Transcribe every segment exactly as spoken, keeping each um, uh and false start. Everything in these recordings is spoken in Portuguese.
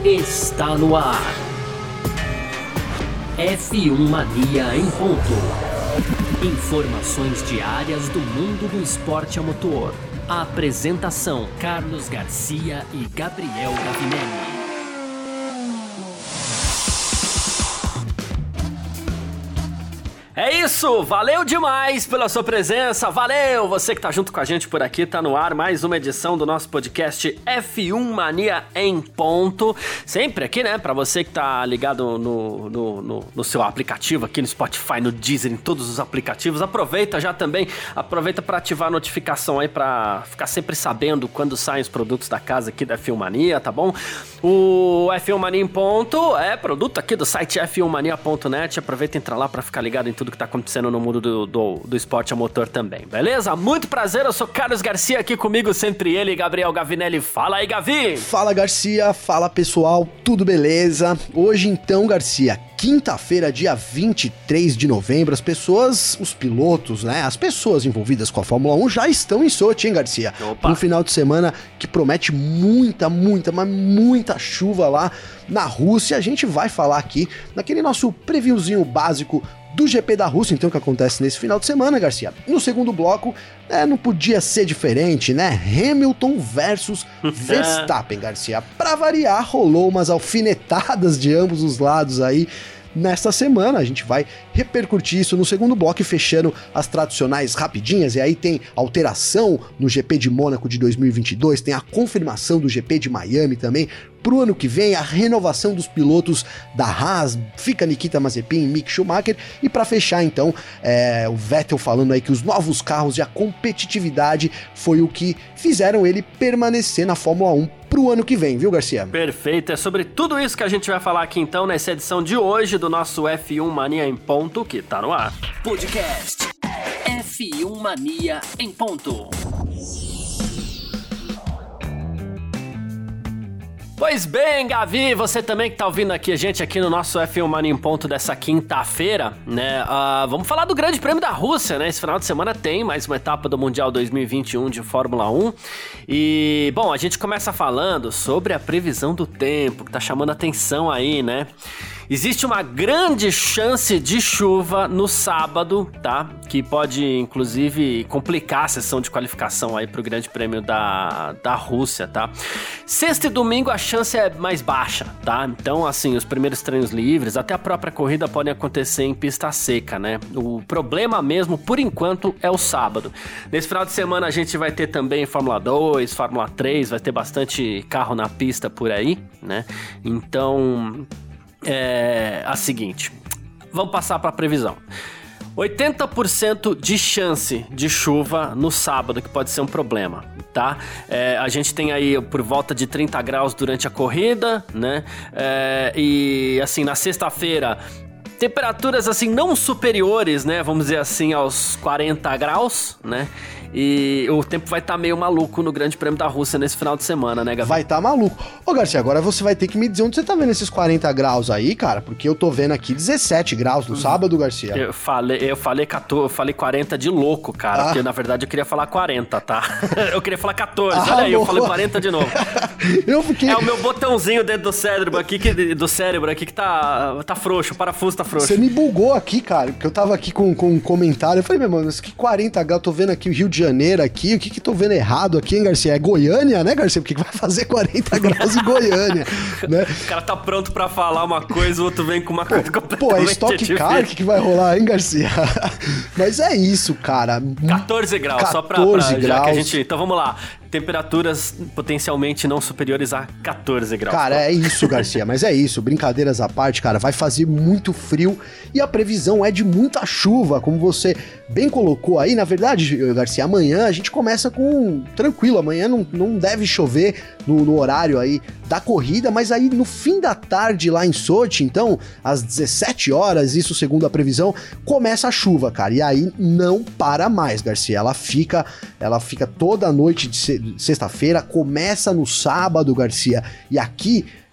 está no ar. F um Mania em ponto. Informações diárias do mundo do esporte a motor. A apresentação: Carlos Garcia e Gabriel Gavinelli. É isso, valeu demais pela sua presença, valeu! Você que tá junto com a gente por aqui, tá no ar mais uma edição do nosso podcast F um Mania em ponto. Sempre aqui, né, pra você que tá ligado no, no, no, no seu aplicativo, aqui no Spotify, no Deezer, em todos os aplicativos. Aproveita já também, aproveita pra ativar a notificação aí pra ficar sempre sabendo quando saem os produtos da casa aqui da F um Mania, tá bom? O F um Mania em ponto é produto aqui do site F um mania ponto net. Aproveita e entra lá pra ficar ligado em tudo que tá acontecendo no mundo do, do, do esporte a motor também, beleza? Muito prazer, eu sou Carlos Garcia, aqui comigo sempre ele, Gabriel Gavinelli. Fala aí, Gavi! Fala, Garcia, fala pessoal, tudo beleza? Hoje então, Garcia, quinta-feira, dia vinte e três de novembro, as pessoas, os pilotos, né, as pessoas envolvidas com a Fórmula um já estão em Sochi, hein, Garcia? Opa. Um final de semana que promete muita, muita, mas muita chuva lá na Rússia. A gente vai falar aqui naquele nosso previewzinho básico do G P da Rússia, então, que acontece nesse final de semana, Garcia. No segundo bloco, é, não podia ser diferente, né? Hamilton versus Verstappen, Garcia. Pra variar, rolou umas alfinetadas de ambos os lados aí nesta semana. A gente vai repercutir isso no segundo bloco e fechando as tradicionais rapidinhas. E aí tem alteração no G P de Mônaco de dois mil e vinte e dois, tem a confirmação do G P de Miami também pro ano que vem, a renovação dos pilotos da Haas, fica Nikita Mazepin e Mick Schumacher. E para fechar então, é, o Vettel falando aí que os novos carros e a competitividade foi o que fizeram ele permanecer na Fórmula um pro ano que vem, viu, Garcia? Perfeito, é sobre tudo isso que a gente vai falar aqui então nessa edição de hoje do nosso F um Mania em ponto, que tá no ar. Podcast F um Mania em ponto. Pois bem, Gavi, você também que tá ouvindo aqui a gente aqui no nosso F um Mania em ponto dessa quinta-feira, né? Uh, vamos falar do Grande Prêmio da Rússia, né? Esse final de semana tem mais uma etapa do Mundial dois mil e vinte e um de Fórmula um. E, bom, a gente começa falando sobre a previsão do tempo, que tá chamando atenção aí, né? Existe uma grande chance de chuva no sábado, tá? Que pode, inclusive, complicar a sessão de qualificação aí pro Grande Prêmio da, da Rússia, tá? Sexta e domingo a chance é mais baixa, tá? Então, assim, os primeiros treinos livres, até a própria corrida podem acontecer em pista seca, né? O problema mesmo, por enquanto, é o sábado. Nesse final de semana a gente vai ter também Fórmula dois, Fórmula três, vai ter bastante carro na pista por aí, né? Então, é a seguinte, vamos passar para a previsão. oitenta por cento de chance de chuva no sábado, que pode ser um problema, tá? É, a gente tem aí por volta de trinta graus durante a corrida, né? É, e assim, na sexta-feira, temperaturas assim não superiores, né? Vamos dizer assim, aos quarenta graus, né? E o tempo vai estar tá meio maluco no Grande Prêmio da Rússia nesse final de semana, né, Gabriel? Vai estar tá maluco. Ô, Garcia, agora você vai ter que me dizer onde você tá vendo esses quarenta graus aí, cara, porque eu tô vendo aqui dezessete graus no sábado, Garcia. Eu falei, eu falei, quatorze, eu falei quarenta de louco, cara, ah. porque na verdade eu queria falar quarenta, tá? Eu queria falar quatorze, ah, olha aí, boa. Eu falei quarenta de novo. Eu fiquei... É o meu botãozinho dentro do cérebro aqui, que, do cérebro aqui que tá, tá frouxo, o parafuso tá frouxo. Você me bugou aqui, cara, porque eu tava aqui com, com um comentário, eu falei, meu mano, que quarenta graus, tô vendo aqui o Rio de Janeiro aqui, o que que tô vendo errado aqui, hein, Garcia? É Goiânia, né, Garcia? Porque vai fazer quarenta graus em Goiânia, né? O cara tá pronto pra falar uma coisa, o outro vem com uma pô, coisa completamente Pô, é Stock Car, o que que vai rolar, hein, Garcia? Mas é isso, cara. quatorze graus, quatorze só pra, pra graus. já que a gente... Então vamos lá. Temperaturas potencialmente não superiores a quatorze graus. Cara, é isso, Garcia, mas é isso. Brincadeiras à parte, cara, vai fazer muito frio e a previsão é de muita chuva, como você bem colocou aí. Na verdade, Garcia, amanhã a gente começa com... Tranquilo, amanhã não, não deve chover no, no horário aí da corrida, mas aí no fim da tarde lá em Sochi, então, às dezessete horas, isso segundo a previsão, começa a chuva, cara, e aí não para mais, Garcia. Ela fica, ela fica toda a noite de sexta-feira, começa no sábado, Garcia, e aqui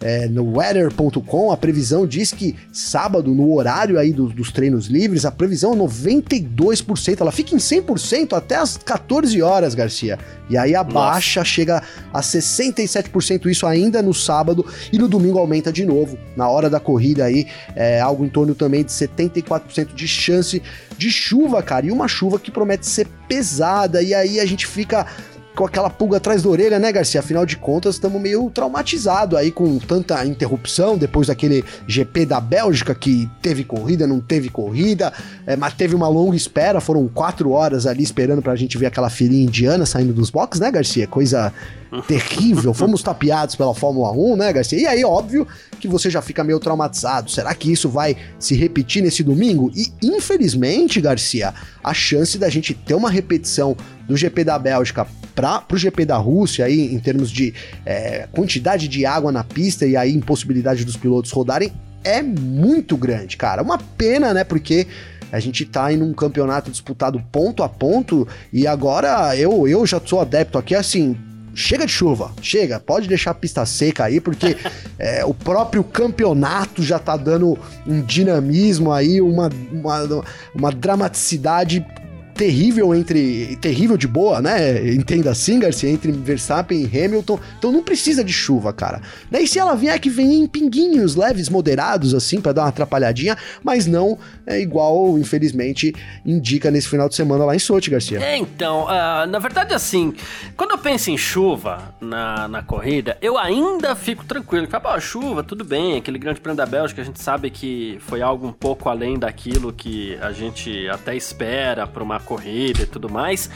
é, no weather ponto com, a previsão diz que sábado, no horário aí do, dos treinos livres, a previsão é noventa e dois por cento, ela fica em cem por cento até as quatorze horas, Garcia. E aí a baixa chega a sessenta e sete por cento, isso ainda no sábado, e no domingo aumenta de novo. Na hora da corrida aí, é algo em torno também de setenta e quatro por cento de chance de chuva, cara, e uma chuva que promete ser pesada, e aí a gente fica com aquela pulga atrás da orelha, né, Garcia? Afinal de contas, estamos meio traumatizados aí com tanta interrupção depois daquele G P da Bélgica que teve corrida, não teve corrida, é, mas teve uma longa espera, foram quatro horas ali esperando pra gente ver aquela filhinha indiana saindo dos boxes, né, Garcia? Coisa terrível, fomos tapeados pela Fórmula um, né, Garcia? E aí, óbvio que você já fica meio traumatizado. Será que isso vai se repetir nesse domingo? E, infelizmente, Garcia, a chance da gente ter uma repetição do G P da Bélgica para o G P da Rússia, aí, em termos de é, quantidade de água na pista e aí impossibilidade dos pilotos rodarem, é muito grande, cara. Uma pena, né, porque a gente tá em um campeonato disputado ponto a ponto e agora eu, eu já sou adepto aqui, assim, chega de chuva, chega, pode deixar a pista seca aí, porque é, o próprio campeonato já tá dando um dinamismo aí, uma, uma, uma dramaticidade terrível entre... terrível de boa, né? Entenda assim, Garcia, entre Verstappen e Hamilton. Então não precisa de chuva, cara. E se ela vier, que vem em pinguinhos leves, moderados, assim, pra dar uma atrapalhadinha, mas não é igual, infelizmente, indica nesse final de semana lá em Sochi, Garcia. É, então, uh, na verdade, assim, quando eu penso em chuva na, na corrida, eu ainda fico tranquilo. Acabou a chuva, tudo bem, aquele grande prêmio da Bélgica, a gente sabe que foi algo um pouco além daquilo que a gente até espera pra uma corrida e tudo mais.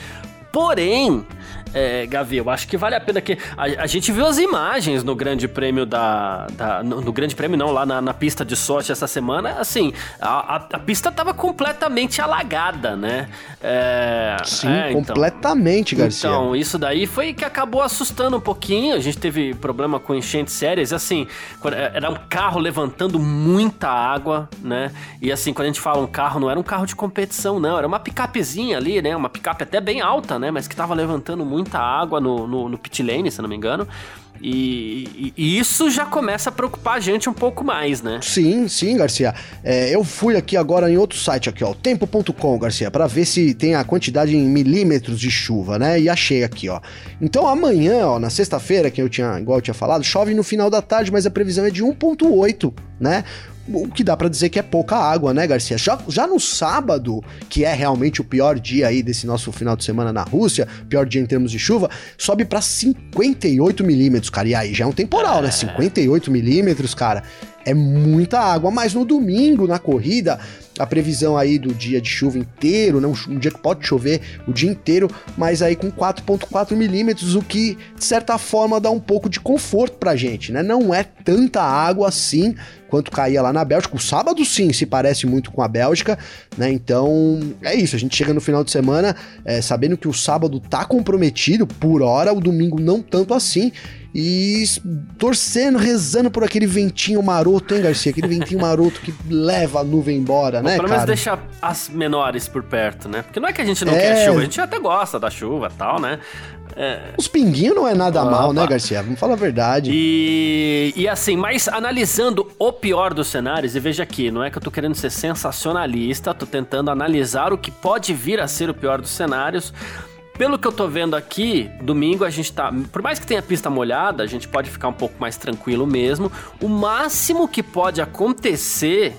Porém, é, Gavi, eu acho que vale a pena que... A, a gente viu as imagens no grande prêmio da... da no, no grande prêmio não, lá na, na pista de Sochi essa semana, assim, a, a, a pista tava completamente alagada, né? É, Sim, é, então, completamente, Garcia. Então, isso daí foi que acabou assustando um pouquinho, a gente teve problema com enchentes sérias, assim, era um carro levantando muita água, né? E assim, quando a gente fala um carro, não era um carro de competição, não, era uma picapezinha ali, né? Uma picape até bem alta, né, mas que tava levantando muita água no, no, no pit lane, se não me engano, e, e, e isso já começa a preocupar a gente um pouco mais, né? Sim, sim, Garcia. É, eu fui aqui agora em outro site aqui, ó, tempo ponto com, Garcia, para ver se tem a quantidade em milímetros de chuva, né, e achei aqui, ó. Então amanhã, ó, na sexta-feira, que eu tinha, igual eu tinha falado, chove no final da tarde, mas a previsão é de um ponto oito, né? O que dá pra dizer que é pouca água, né, Garcia? Já, já no sábado, que é realmente o pior dia aí desse nosso final de semana na Rússia, pior dia em termos de chuva, sobe pra cinquenta e oito milímetros, cara. E aí já é um temporal, né? cinquenta e oito milímetros, cara, é muita água. Mas no domingo, na corrida, a previsão aí do dia de chuva inteiro, né? Um, um dia que pode chover o dia inteiro, mas aí com quatro ponto quatro milímetros, o que, de certa forma, dá um pouco de conforto pra gente, né? Não é tanta água assim quanto caía lá na Bélgica. O sábado, sim, se parece muito com a Bélgica, né? Então, é isso. A gente chega no final de semana é, sabendo que o sábado tá comprometido por hora, o domingo não tanto assim. E torcendo, rezando por aquele ventinho maroto, hein, Garcia? Aquele ventinho maroto que leva a nuvem embora, né, pelo cara? menos deixa as menores por perto, né? Porque não é que a gente não é... quer chuva, a gente até gosta da chuva e tal, né? É... Os pinguinhos não é nada Opa. mal, né, Garcia? Vamos falar a verdade. E, e assim, mas analisando o pior dos cenários, e veja aqui, não é que eu tô querendo ser sensacionalista, tô tentando analisar o que pode vir a ser o pior dos cenários. Pelo que eu tô vendo aqui, domingo a gente tá... Por mais que tenha pista molhada, a gente pode ficar um pouco mais tranquilo mesmo. O máximo que pode acontecer...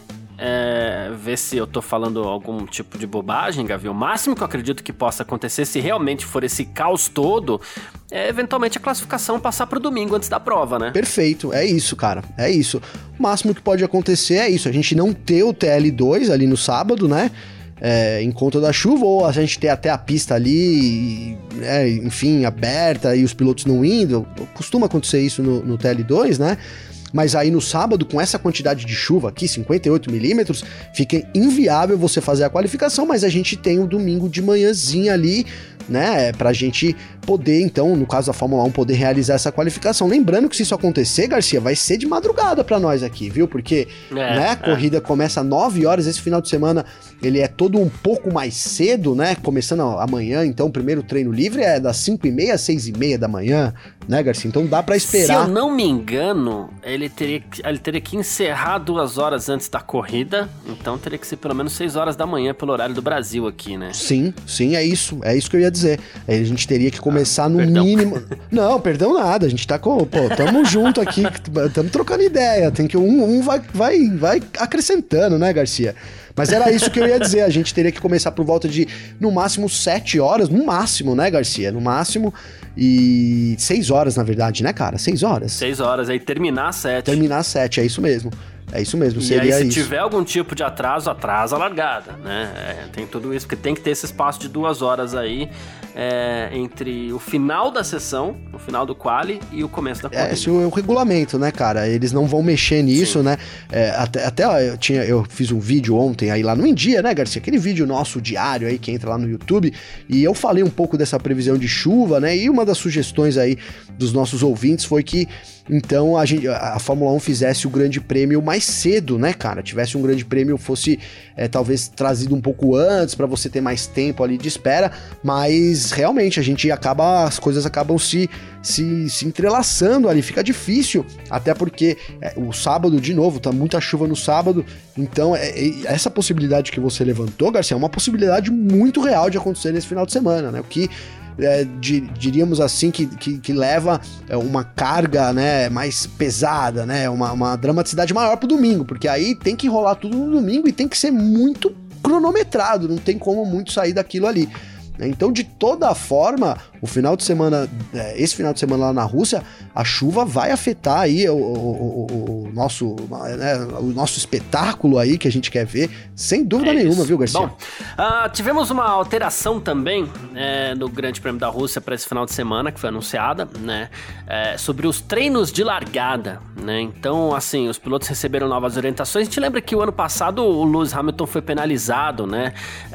É, ver se eu tô falando algum tipo de bobagem, Gavi. O máximo que eu acredito que possa acontecer, se realmente for esse caos todo, é eventualmente a classificação passar pro domingo antes da prova, né? Perfeito, é isso, cara, é isso. O máximo que pode acontecer é isso, a gente não ter o T L dois ali no sábado, né? É, em conta da chuva, ou a gente ter até a pista ali, é, enfim, aberta e os pilotos não indo. Costuma acontecer isso no, no T L dois, né? Mas aí no sábado, com essa quantidade de chuva aqui, cinquenta e oito milímetros, fica inviável você fazer a qualificação, mas a gente tem o domingo de manhãzinha ali, né, pra gente poder, então, no caso da Fórmula um, poder realizar essa qualificação. Lembrando que se isso acontecer, Garcia, vai ser de madrugada pra nós aqui, viu? Porque é, né, a corrida é. começa às nove horas, esse final de semana ele é todo um pouco mais cedo, né? Começando amanhã, então o primeiro treino livre é das cinco e meia às seis e meia da manhã, né, Garcia? Então dá pra esperar. Se eu não me engano, ele teria, ele teria que encerrar duas horas antes da corrida, então teria que ser pelo menos seis horas da manhã pelo horário do Brasil aqui, né? Sim, sim, é isso, é isso que eu ia dizer. A gente teria que começar ah, no perdão. mínimo... Não, perdão nada, a gente tá com... Pô, tamo junto aqui, tamo trocando ideia, tem que um, um vai, vai, vai acrescentando, né, Garcia? Mas era isso que eu ia dizer, a gente teria que começar por volta de, no máximo, sete horas, no máximo, né, Garcia? No máximo, e seis horas, na verdade, né, cara? Seis horas. Seis horas, aí terminar às sete. Terminar às sete, é isso mesmo. É isso mesmo, e seria aí, se isso. tiver algum tipo de atraso, atrasa a largada, né? É, tem tudo isso, porque tem que ter esse espaço de duas horas aí é, entre o final da sessão, o final do quali e o começo da corrida. É, esse é o regulamento, né, cara? Eles não vão mexer nisso, Sim. né? É, até até ó, eu, tinha, eu fiz um vídeo ontem aí lá no Em Dia, né, Garcia? Aquele vídeo nosso diário aí que entra lá no YouTube, e eu falei um pouco dessa previsão de chuva, né? E uma das sugestões aí dos nossos ouvintes foi que então a, gente, a Fórmula um fizesse o grande prêmio mais cedo, né, cara? Tivesse um grande prêmio, fosse é, talvez trazido um pouco antes, pra você ter mais tempo ali de espera, mas realmente a gente acaba, as coisas acabam se, se, se entrelaçando ali, fica difícil, até porque é, o sábado, de novo, tá muita chuva no sábado, então é, é, essa possibilidade que você levantou, Garcia, é uma possibilidade muito real de acontecer nesse final de semana, né? O que É, di, diríamos assim, que, que, que leva é, uma carga, né, mais pesada, né, uma, uma dramaticidade maior pro domingo, porque aí tem que rolar tudo no domingo e tem que ser muito cronometrado, não tem como muito sair daquilo ali. Então, de toda forma, o final de semana, esse final de semana lá na Rússia, a chuva vai afetar aí o, o, o, nosso, né, o nosso espetáculo aí que a gente quer ver, sem dúvida é nenhuma, isso. Viu, Garcia? Bom, uh, tivemos uma alteração também é, no Grande Prêmio da Rússia para esse final de semana, que foi anunciada, né, é, sobre os treinos de largada, né, então, assim, os pilotos receberam novas orientações. A gente lembra que o ano passado o Lewis Hamilton foi penalizado, né,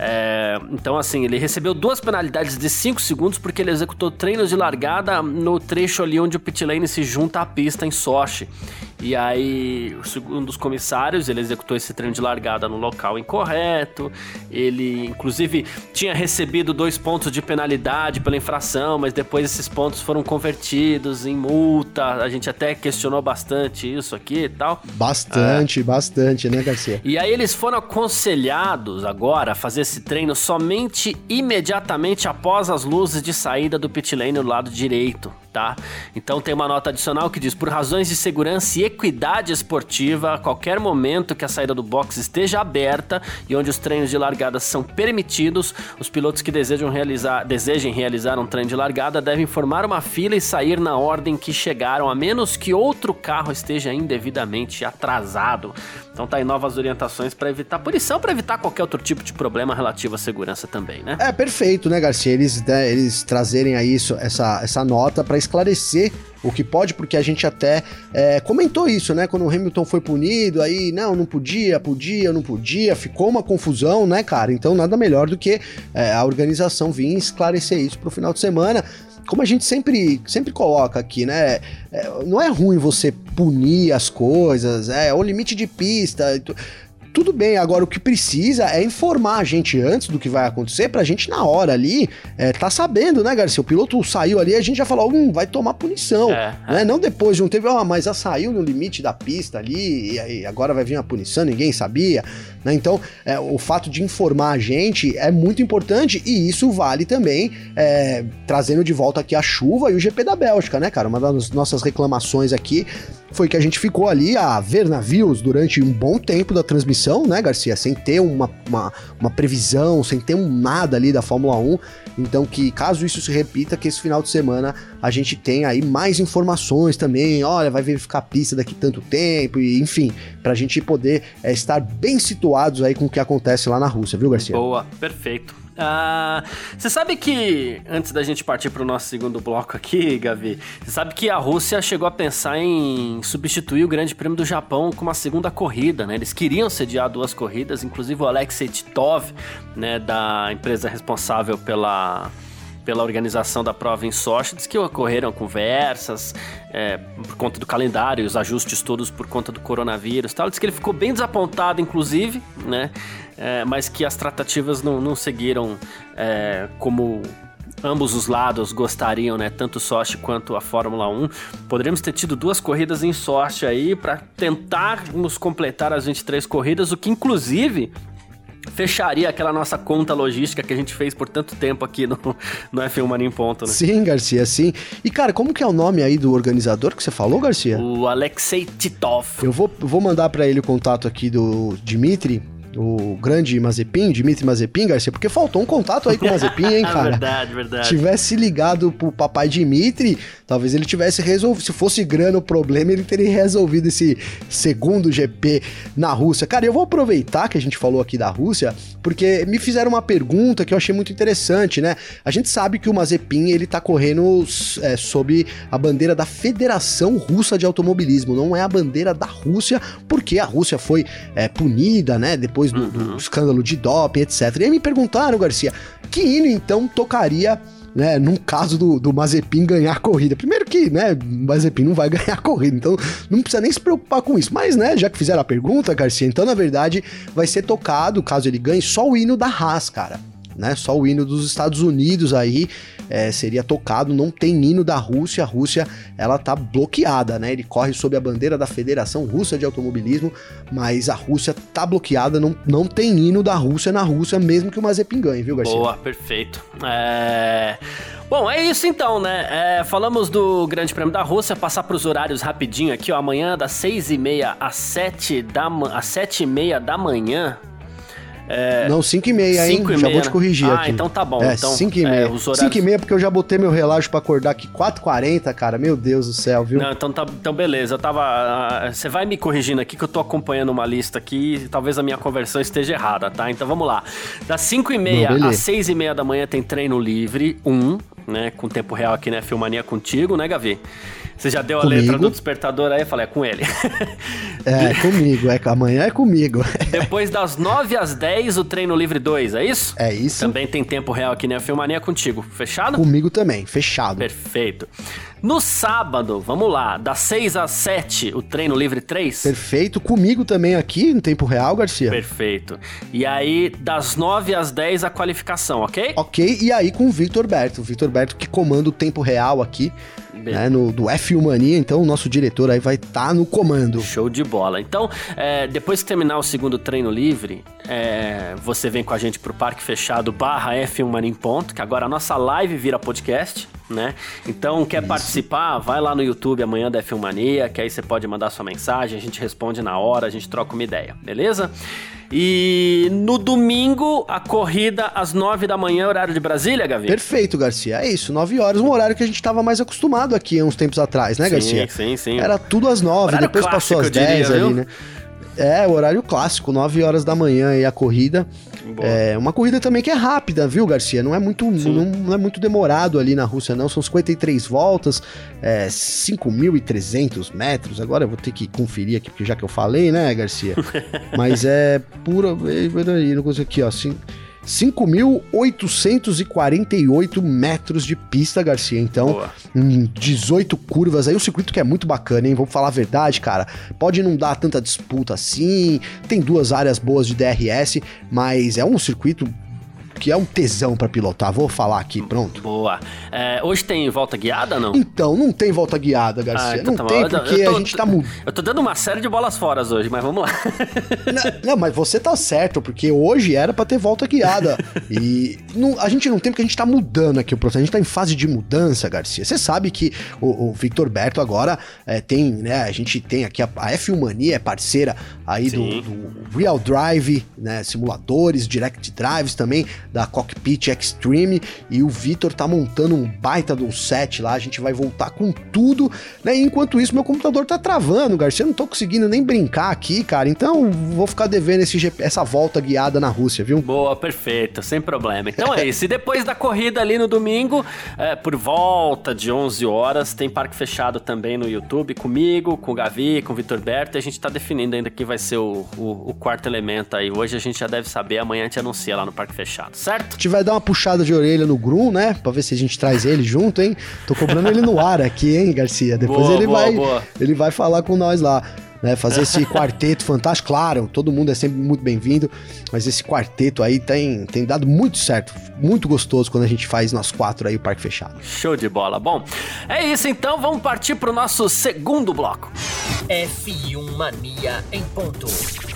é, então, assim, ele recebeu duas penalidades de cinco segundos porque ele executou treinos de largada no trecho ali onde o pit lane se junta à pista em Sochi. E aí, segundo os comissários, ele executou esse treino de largada no local incorreto. Ele, inclusive, tinha recebido dois pontos de penalidade pela infração, mas depois esses pontos foram convertidos em multa. A gente até questionou bastante isso aqui e tal. Bastante, é. bastante, né, Garcia? E aí eles foram aconselhados agora a fazer esse treino somente imediatamente após as luzes de saída do pit lane no lado direito, tá? Então tem uma nota adicional que diz: por razões de segurança e equidade esportiva, a qualquer momento que a saída do box esteja aberta e onde os treinos de largada são permitidos, os pilotos que desejam realizar, desejem realizar um treino de largada devem formar uma fila e sair na ordem que chegaram, a menos que outro carro esteja indevidamente atrasado. Então tá aí novas orientações para evitar punição, para evitar qualquer outro tipo de problema relativo à segurança também, né? É perfeito, né, Garcia? Eles, né, eles trazerem aí isso, essa, essa nota para esclarecer o que pode, porque a gente até é, comentou isso, né? Quando o Hamilton foi punido, aí, não, não podia, podia, não podia, ficou uma confusão, né, cara? Então nada melhor do que é, a organização vir esclarecer isso pro final de semana. Como a gente sempre, sempre coloca aqui, né? É, não é ruim você punir as coisas, é o limite de pista. Tudo bem, agora o que precisa é informar a gente antes do que vai acontecer, pra gente na hora ali, é, tá sabendo, né, Garcia? O piloto saiu ali, a gente já falou, hum, vai tomar punição, é, né? É. Não depois de um tempo, ah, mas já saiu no limite da pista ali, e aí agora vai vir uma punição, ninguém sabia, né? Então, é, o fato de informar a gente é muito importante, e isso vale também, é, trazendo de volta aqui a chuva e o G P da Bélgica, né, cara? Uma das nossas reclamações aqui foi que a gente ficou ali a ver navios durante um bom tempo da transmissão, né, Garcia? Sem ter uma, uma, uma previsão, sem ter um nada ali da Fórmula um. Então, que caso isso se repita, que esse final de semana a gente tenha aí mais informações também. Olha, vai verificar a pista daqui tanto tempo, e enfim, pra gente poder é, estar bem situados aí com o que acontece lá na Rússia, viu, Garcia? Boa, perfeito. Você uh, sabe que, antes da gente partir para o nosso segundo bloco aqui, Gavi, você sabe que a Rússia chegou a pensar em substituir o Grande Prêmio do Japão com uma segunda corrida, né? Eles queriam sediar duas corridas, inclusive o Alexei Titov, né, da empresa responsável pela... pela organização da prova em Sochi, diz que ocorreram conversas é, por conta do calendário, os ajustes todos por conta do coronavírus e tal. Diz que ele ficou bem desapontado, inclusive, né? É, mas que as tratativas não, não seguiram é, como ambos os lados gostariam, né? Tanto o Sochi quanto a Fórmula um. Poderíamos ter tido duas corridas em Sochi aí para tentarmos completar as vinte e três corridas, o que inclusive fecharia aquela nossa conta logística que a gente fez por tanto tempo aqui no, no F um Mania em Ponto, né? Sim, Garcia, sim. E, cara, como que é o nome aí do organizador que você falou, Garcia? O Alexei Titov. Eu vou, vou mandar pra ele o contato aqui do Dmitry, o grande Mazepin, Dmitry Mazepin, Garcia, porque faltou um contato aí com o Mazepin, hein, cara? Verdade, verdade. Tivesse ligado pro papai Dmitry, talvez ele tivesse resolvido, se fosse grana o problema, ele teria resolvido esse segundo G P na Rússia. Cara, eu vou aproveitar que a gente falou aqui da Rússia, porque me fizeram uma pergunta que eu achei muito interessante, né? A gente sabe que o Mazepin, ele tá correndo é, sob a bandeira da Federação Russa de Automobilismo, não é a bandeira da Rússia, porque a Rússia foi é, punida, né, depois do, do escândalo de doping, etcétera. E aí me perguntaram, Garcia, que hino então tocaria, né, num caso do, do Mazepin ganhar a corrida? Primeiro que, né, o Mazepin não vai ganhar a corrida, então não precisa nem se preocupar com isso. Mas, né, já que fizeram a pergunta, Garcia, então na verdade vai ser tocado, caso ele ganhe, só o hino da Haas, cara. Né, só o hino dos Estados Unidos aí é, seria tocado, não tem hino da Rússia, a Rússia ela tá bloqueada, né, ele corre sob a bandeira da Federação Russa de Automobilismo, mas a Rússia tá bloqueada, não, não tem hino da Rússia na Rússia, mesmo que o Mazepin ganhe, viu, Garcia? Boa, perfeito. É... Bom, é isso então, né, é, falamos do Grande Prêmio da Rússia, passar pros horários rapidinho aqui, ó, amanhã das seis e meia às sete da às sete e meia da manhã. É... Não, cinco e meia, hein? Já vou te corrigir ah, aqui. Ah, então tá bom. É, então, cinco e meia. É, horários... cinco e meia porque eu já botei meu relógio pra acordar aqui quatro e quarenta, cara. Meu Deus do céu, viu? Não, então, tá, então beleza. Eu tava... Você vai me corrigindo aqui que eu tô acompanhando uma lista aqui e talvez a minha conversão esteja errada, tá? Então vamos lá. Das cinco e meia às seis e meia da manhã tem treino livre um, né? Com tempo real aqui, né? Filmania contigo, né, Gavi? Você já deu a comigo. Letra do despertador aí? Eu falei, é com ele. É, comigo. É, amanhã é comigo. Depois das nove às dez, o treino livre dois, é isso? É isso. Também tem tempo real aqui, né? Filmania contigo. Fechado? Comigo também, fechado. Perfeito. No sábado, vamos lá, das seis às sete, o treino livre três? Perfeito. Comigo também aqui, no tempo real, Garcia. Perfeito. E aí, das nove às dez, a qualificação, ok? Ok, e aí com o Victor Berto. O Victor Berto que comanda o tempo real aqui, né, no, do F um Mania, então o nosso diretor aí vai estar tá no comando. Show de bola. Então, é, depois que terminar o segundo treino livre, é, você vem com a gente pro Parque Fechado barra F um Mania em Ponto, que agora a nossa live vira podcast, né? Então, quer Isso. participar? Vai lá no YouTube amanhã da F um Mania, que aí você pode mandar sua mensagem, a gente responde na hora, a gente troca uma ideia, beleza? E no domingo, a corrida às nove da manhã, horário de Brasília, Gavi? Perfeito, Garcia. É isso, nove horas, um horário que a gente estava mais acostumado aqui uns tempos atrás, né, sim, Garcia? Sim, sim, Era tudo às nove, horário depois clássico, passou às dez diria, ali, viu? né? É, o horário clássico, nove horas da manhã aí a corrida. Boa. É uma corrida também que é rápida, viu, Garcia? Não é muito, não, não é muito demorado ali na Rússia, não. São cinquenta e três voltas, é, cinco mil e trezentos metros. Agora eu vou ter que conferir aqui, porque já que eu falei, né, Garcia? Mas é pura... Peraí, não consigo aqui, ó. Assim, cinco mil oitocentos e quarenta e oito metros de pista, Garcia. Então, em dezoito curvas aí, um circuito que é muito bacana, hein? Vamos falar a verdade, cara. Pode não dar tanta disputa assim, tem duas áreas boas de D R S, mas é um circuito que é um tesão pra pilotar. Vou falar aqui, pronto. Boa. É, hoje tem volta guiada, não? Então, não tem volta guiada, Garcia. Ah, então não tá tem, porque tô, a gente tá mudando. Eu tô dando uma série de bolas fora hoje, mas vamos lá. Não, não, mas você tá certo, porque hoje era pra ter volta guiada. E não, a gente não tem, porque a gente tá mudando aqui o processo. A gente tá em fase de mudança, Garcia. Você sabe que o, o Victor Berto agora é, tem, né, a gente tem aqui a, a F um Mania, é parceira aí do, do Real Drive, né, simuladores, Direct Drives também, da Cockpit Extreme, e o Vitor tá montando um baita de um set lá, a gente vai voltar com tudo, né? E enquanto isso, meu computador tá travando, Garcia, eu não tô conseguindo nem brincar aqui, cara, então vou ficar devendo esse G P, essa volta guiada na Rússia, viu? Boa, perfeito, sem problema. Então é isso, e depois da corrida ali no domingo, é, por volta de onze horas, tem Parque Fechado também no YouTube, comigo, com o Gavi, com o Victor Berto, e a gente tá definindo ainda que vai ser o, o, o quarto elemento aí. Hoje a gente já deve saber, amanhã a gente anuncia lá no Parque Fechado. certo? A gente vai dar uma puxada de orelha no Grum, né? Pra ver se a gente traz ele junto, hein? Tô cobrando ele no ar aqui, hein, Garcia? Depois boa, ele, boa, vai, boa. ele vai falar com nós lá. Né, fazer esse quarteto fantástico, claro, todo mundo é sempre muito bem-vindo, mas esse quarteto aí tem, tem dado muito certo, muito gostoso quando a gente faz nós quatro aí o Parque Fechado. Show de bola. Bom, é isso então, vamos partir pro nosso segundo bloco. F um Mania em ponto.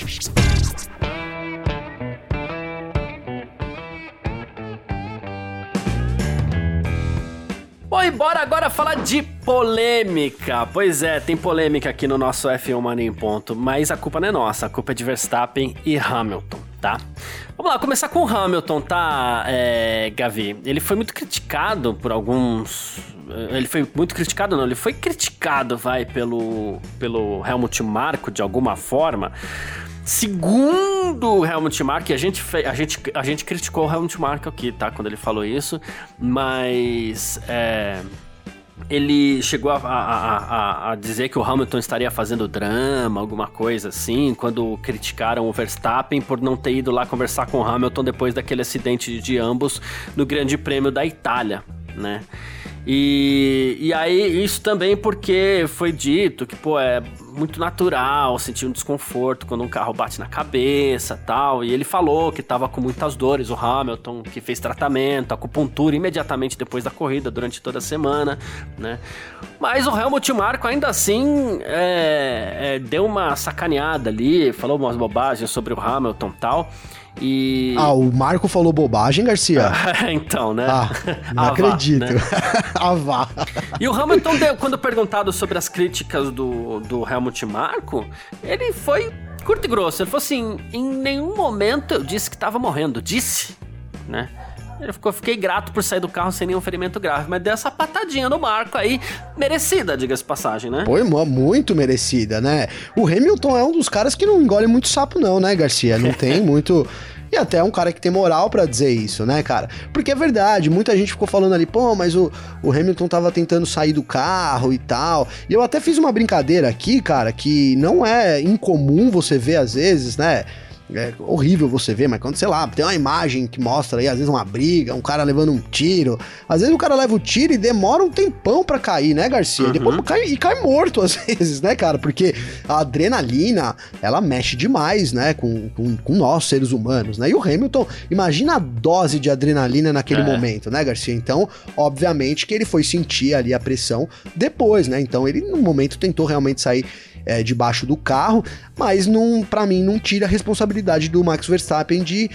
Bom, e bora agora falar de polêmica. Pois é, tem polêmica aqui no nosso F um Mania em Ponto, mas a culpa não é nossa, a culpa é de Verstappen e Hamilton, tá? Vamos lá, começar com o Hamilton, tá, é, Gavi? Ele foi muito criticado por alguns... Ele foi muito criticado, não, ele foi criticado, vai, pelo, pelo Helmut Marko, de alguma forma. Segundo o Helmut Marko, a gente, a, gente, a gente criticou o Helmut Marko aqui, tá? Quando ele falou isso, mas é, ele chegou a, a, a, a dizer que o Hamilton estaria fazendo drama, alguma coisa assim, quando criticaram o Verstappen por não ter ido lá conversar com o Hamilton depois daquele acidente de ambos no Grande Prêmio da Itália, né? E, e aí, isso também porque foi dito que, pô, é muito natural sentir um desconforto quando um carro bate na cabeça e tal. E ele falou que tava com muitas dores, o Hamilton, que fez tratamento, acupuntura imediatamente depois da corrida, durante toda a semana, né? Mas o Helmut Marko, ainda assim, é, é, deu uma sacaneada ali, falou umas bobagens sobre o Hamilton e tal. E... Ah, o Marco falou bobagem, Garcia? Então, né? Ah, não ah, acredito. Vá, né? ah, vá. E o Hamilton, deu, quando perguntado sobre as críticas do, do Helmut Marko, ele foi curto e grosso. Ele falou assim, em nenhum momento eu disse que estava morrendo. Disse, né? Ele ficou, fiquei grato por sair do carro sem nenhum ferimento grave, mas deu essa patadinha no Marko aí, merecida, diga-se passagem, né? Foi muito merecida, né? O Hamilton é um dos caras que não engole muito sapo não, né, Garcia? Não tem muito... E até é um cara que tem moral pra dizer isso, né, cara? Porque é verdade, muita gente ficou falando ali, pô, mas o, o Hamilton tava tentando sair do carro e tal. E eu até fiz uma brincadeira aqui, cara, que não é incomum você ver às vezes, né? É horrível você ver, mas quando, sei lá, tem uma imagem que mostra aí, às vezes uma briga, um cara levando um tiro, às vezes o cara leva o tiro e demora um tempão pra cair, né, Garcia? Uhum. E depois cai, e cai morto às vezes, né, cara? Porque a adrenalina, ela mexe demais, né, com, com, com nós, seres humanos, né? E o Hamilton, imagina a dose de adrenalina naquele é. momento, né, Garcia? Então, obviamente que ele foi sentir ali a pressão depois, né? Então ele, no momento, tentou realmente sair É, debaixo do carro, mas não, pra mim não tira a responsabilidade do Max Verstappen de,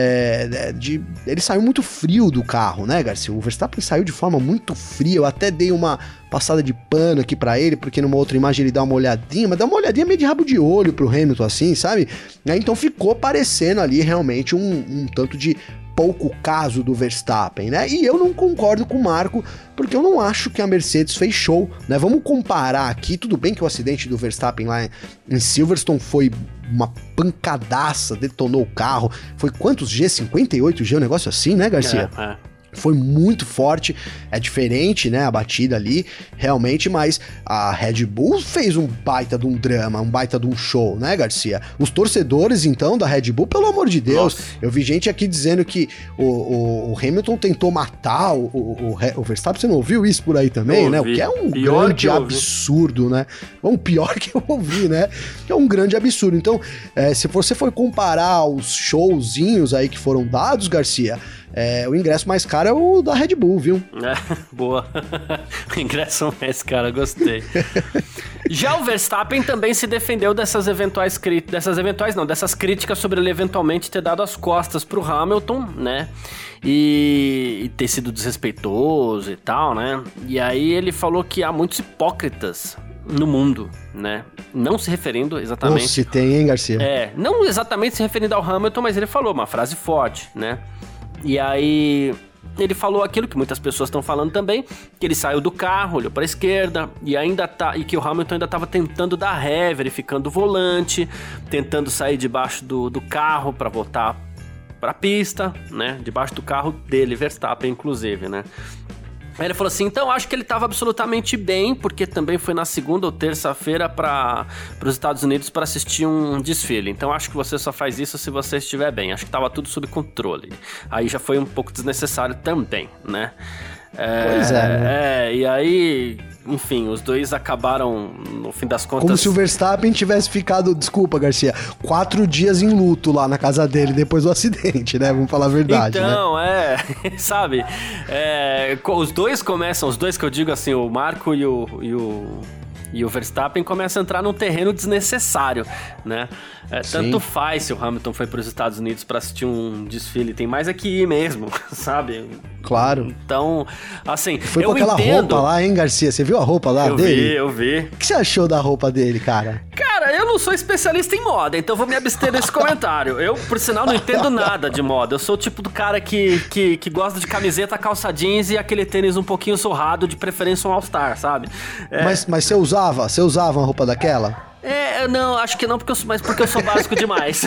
é, de... Ele saiu muito frio do carro, né, Garcia? O Verstappen saiu de forma muito fria, eu até dei uma passada de pano aqui pra ele, porque numa outra imagem ele dá uma olhadinha, mas dá uma olhadinha meio de rabo de olho pro Hamilton, assim, sabe? Então ficou parecendo ali realmente um, um tanto de pouco caso do Verstappen, né? E eu não concordo com o Marko, porque eu não acho que a Mercedes fez show, né? Vamos comparar aqui, tudo bem que o acidente do Verstappen lá em Silverstone foi uma pancadaça, detonou o carro, foi quantos G? cinquenta e oito G, um negócio assim, né, Garcia? É, é. Foi muito forte, é diferente, né, a batida ali, realmente, mas a Red Bull fez um baita de um drama, um baita de um show, né, Garcia? Os torcedores, então, da Red Bull, pelo amor de Deus, Nossa. eu vi gente aqui dizendo que o, o, o Hamilton tentou matar o, o, o Verstappen, você não ouviu isso por aí também, eu né? Ouvi. O que é um pior grande absurdo, né? Um pior que eu ouvi, né? Que é um grande absurdo. Então, é, se você for comparar os showzinhos aí que foram dados, Garcia, É, o ingresso mais caro é o da Red Bull, viu? É, boa. O ingresso mais caro, gostei. Já o Verstappen também se defendeu dessas eventuais críticas, dessas eventuais não, dessas críticas sobre ele eventualmente ter dado as costas pro Hamilton, né? E, e ter sido desrespeitoso e tal, né? E aí ele falou que há muitos hipócritas no mundo, né? Não se referindo exatamente... Não se tem, hein, Garcia? É, não exatamente se referindo ao Hamilton, mas ele falou uma frase forte, né? E aí ele falou aquilo que muitas pessoas estão falando também, que ele saiu do carro, olhou para a esquerda e ainda tá, e que o Hamilton ainda estava tentando dar ré, verificando o volante, tentando sair debaixo do, do carro para voltar para a pista, né? Debaixo do carro dele, Verstappen, inclusive, né? Aí ele falou assim, então acho que ele estava absolutamente bem, porque também foi na segunda ou terça-feira para os Estados Unidos para assistir um desfile. Então acho que você só faz isso se você estiver bem. Acho que estava tudo sob controle. Aí já foi um pouco desnecessário também, né? É, pois é, né? É, e aí, enfim, os dois acabaram, no fim das contas... Como se o Verstappen tivesse ficado, desculpa, Garcia, quatro dias em luto lá na casa dele depois do acidente, né? Vamos falar a verdade, então, né? é, sabe, é, os dois começam, os dois que eu digo assim, o Marco e o... E o... E o Verstappen começa a entrar num terreno desnecessário, né? É, tanto faz se o Hamilton foi para os Estados Unidos para assistir um desfile, tem mais aqui ir mesmo, sabe? Claro. Então, assim, foi eu com aquela entendo... roupa lá, hein, Garcia? Você viu a roupa lá eu dele? Eu vi, eu vi. O que você achou da roupa dele, cara? Cara, eu não sou especialista em moda, então vou me abster desse comentário. Eu, por sinal, não entendo nada de moda. Eu sou o tipo do cara que, que, que gosta de camiseta, calça jeans e aquele tênis um pouquinho surrado, de preferência um All-Star, sabe? É... Mas, mas você usava? Você usava uma roupa daquela? É, não, acho que não, porque eu, mas porque eu sou básico demais.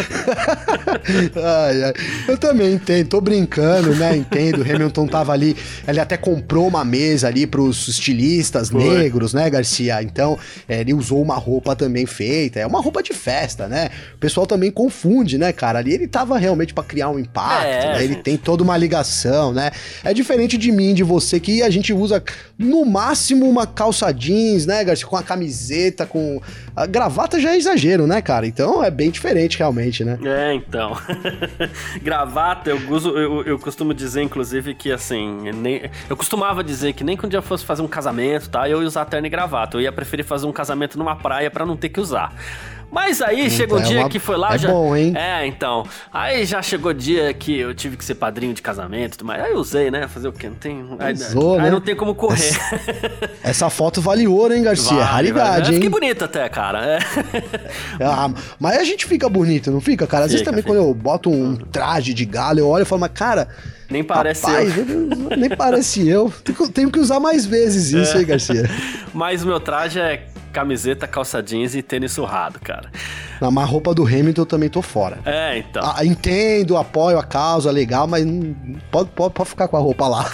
ai, ai. Eu também entendo, tô brincando, né? Entendo. O Hamilton tava ali, ele até comprou uma mesa ali pros estilistas Foi. negros, né, Garcia? Então, é, ele usou uma roupa também feita, é uma roupa de festa, né? O pessoal também confunde, né, cara? Ali ele tava realmente pra criar um impacto, é, né? Ele tem toda uma ligação, né? É diferente de mim, de você, que a gente usa no máximo uma calça jeans, né, Garcia? Com a camiseta, com... A gravata já é exagero, né, cara? Então é bem diferente realmente, né? É, então. Gravata, eu, uso, eu, eu costumo dizer, inclusive, que assim... Nem, eu costumava dizer que nem quando eu fosse fazer um casamento, tá? Eu ia usar terno e gravata. Eu ia preferir fazer um casamento numa praia pra não ter que usar. Mas aí então, chegou um é dia uma... que foi lá... É já... bom, hein? É, então. Aí já chegou o dia que eu tive que ser padrinho de casamento e tudo mais. Aí eu usei, né? Fazer o quê? Não tem... Aí, Usou, aí né? não tem como correr. Essa, essa foto vale ouro, hein, Garcia? Vale, Raridade, vale. hein? Fiquei bonita até, cara. É. Ah, mas a gente fica bonito, não fica, cara? Às fica, vezes também fica. Quando eu boto um traje de gala, eu olho e falo, mas cara... Nem parece rapaz, eu. Nem parece eu. Tenho que usar mais vezes isso, é. hein, Garcia? Mas o meu traje é camiseta, calça jeans e tênis surrado, cara. Na mas roupa do Hamilton eu também tô fora. É, então. Ah, entendo, apoio a causa, legal, mas não, pode, pode, pode ficar com a roupa lá.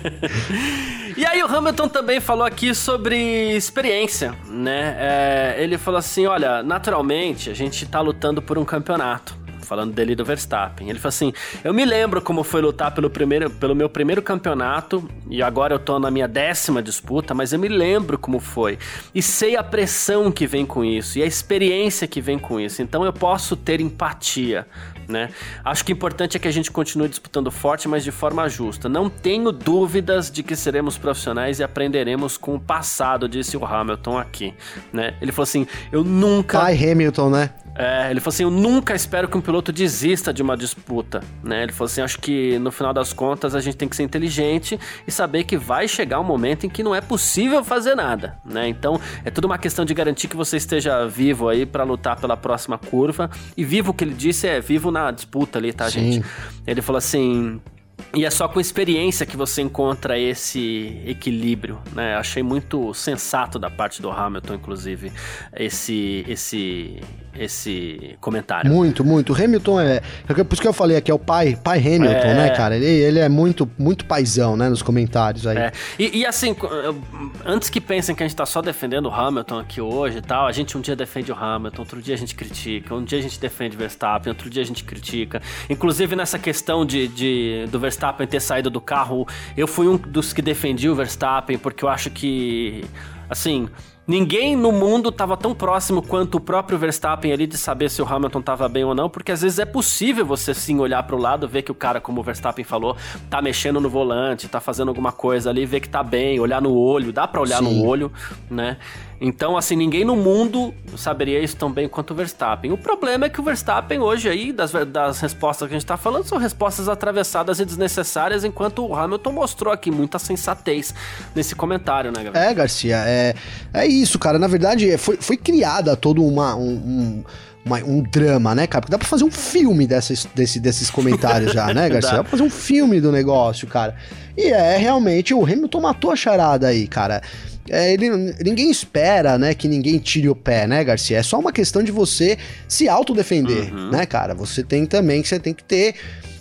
E aí o Hamilton também falou aqui sobre experiência, né? É, ele falou assim, olha, naturalmente a gente tá lutando por um campeonato. Falando dele e do Verstappen. Ele falou assim, eu me lembro como foi lutar pelo, primeiro, pelo meu primeiro campeonato, e agora eu tô na minha décima disputa, mas eu me lembro como foi. E sei a pressão que vem com isso, e a experiência que vem com isso. Então eu posso ter empatia, né? Acho que o importante é que a gente continue disputando forte, mas de forma justa. Não tenho dúvidas de que seremos profissionais e aprenderemos com o passado, disse o Hamilton aqui, né? Ele falou assim, eu nunca... Pai Hamilton, né? É, ele falou assim, eu nunca espero que um piloto desista de uma disputa, né? Ele falou assim, acho que no final das contas a gente tem que ser inteligente e saber que vai chegar um momento em que não é possível fazer nada, né? Então é tudo uma questão de garantir que você esteja vivo aí pra lutar pela próxima curva. E vivo, o que ele disse é vivo na disputa ali, tá, Sim. gente? Ele falou assim... E é só com experiência que você encontra esse equilíbrio, né? Achei muito sensato da parte do Hamilton, inclusive, esse, esse, esse comentário. Muito, muito. O Hamilton é... Por isso que eu falei aqui, é o pai, pai Hamilton, é... né, cara? Ele, ele é muito, muito paizão, né, nos comentários aí. É. E, e assim, antes que pensem que a gente tá só defendendo o Hamilton aqui hoje e tal, a gente um dia defende o Hamilton, outro dia a gente critica, um dia a gente defende o Verstappen, outro dia a gente critica. Inclusive nessa questão de, de, do Verstappen ter saído do carro, eu fui um dos que defendi o Verstappen, porque eu acho que, assim... Ninguém no mundo estava tão próximo quanto o próprio Verstappen ali de saber se o Hamilton estava bem ou não, porque às vezes é possível você sim olhar para o lado, ver que o cara, como o Verstappen falou, tá mexendo no volante, tá fazendo alguma coisa ali, ver que tá bem, olhar no olho, dá para olhar sim. no olho, né? Então, assim, ninguém no mundo saberia isso tão bem quanto o Verstappen. O problema é que o Verstappen hoje aí, das, das respostas que a gente tá falando, são respostas atravessadas e desnecessárias, enquanto o Hamilton mostrou aqui muita sensatez nesse comentário, né, Gabriel? É, Garcia, é, é isso, cara. Na verdade, foi, foi criada todo uma... Um, um... Uma, um drama, né, cara? Porque dá pra fazer um filme dessas, desse, desses comentários já, né, Garcia? Dá. dá pra fazer um filme do negócio, cara. E é, realmente, o Hamilton matou a charada aí, cara. É, ele, ninguém espera, né, que ninguém tire o pé, né, Garcia? É só uma questão de você se autodefender, uhum. né, cara? Você tem também que você tem que ter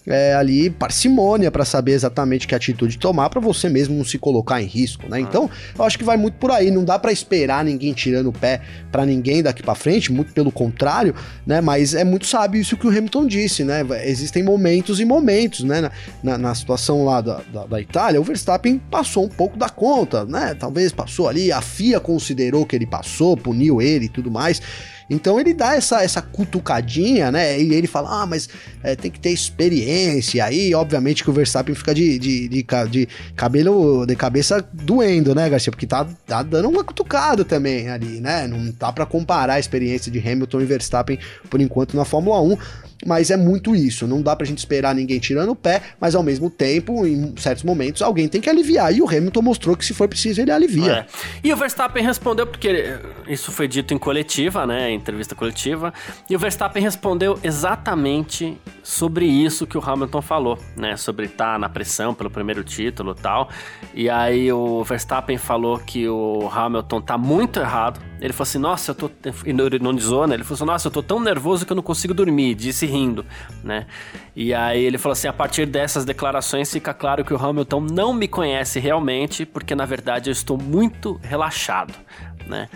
é, ali parcimônia para saber exatamente que atitude tomar para você mesmo não se colocar em risco, né? Então, eu acho que vai muito por aí, não dá para esperar ninguém tirando o pé para ninguém daqui para frente, muito pelo contrário, né? Mas é muito sábio isso que o Hamilton disse, né? Existem momentos e momentos, né? Na, na, na situação lá da, da, da Itália, o Verstappen passou um pouco da conta, né? Talvez passou ali, a F I A considerou que ele passou, puniu ele e tudo mais. Então ele dá essa, essa cutucadinha, né? E ele fala, ah, mas é, tem que ter experiência. Aí, obviamente, que o Verstappen fica de, de, de, de cabelo, de cabeça doendo, né, Garcia? Porque tá, tá dando uma cutucada também ali, né? Não dá pra comparar a experiência de Hamilton e Verstappen, por enquanto, na Fórmula um. Mas é muito isso, não dá pra gente esperar ninguém tirando o pé, mas ao mesmo tempo, em certos momentos, alguém tem que aliviar, e o Hamilton mostrou que se for preciso, ele alivia. É. E o Verstappen respondeu, porque isso foi dito em coletiva, né, em entrevista coletiva, e o Verstappen respondeu exatamente sobre isso que o Hamilton falou, né, sobre estar na pressão pelo primeiro título e tal, e aí o Verstappen falou que o Hamilton tá muito errado. Ele falou assim, nossa, eu tô... ironizou, né? Ele falou assim, nossa, eu tô tão nervoso que eu não consigo dormir, disse rindo, né? E aí ele falou assim, a partir dessas declarações fica claro que o Hamilton não me conhece realmente, porque na verdade eu estou muito relaxado, né?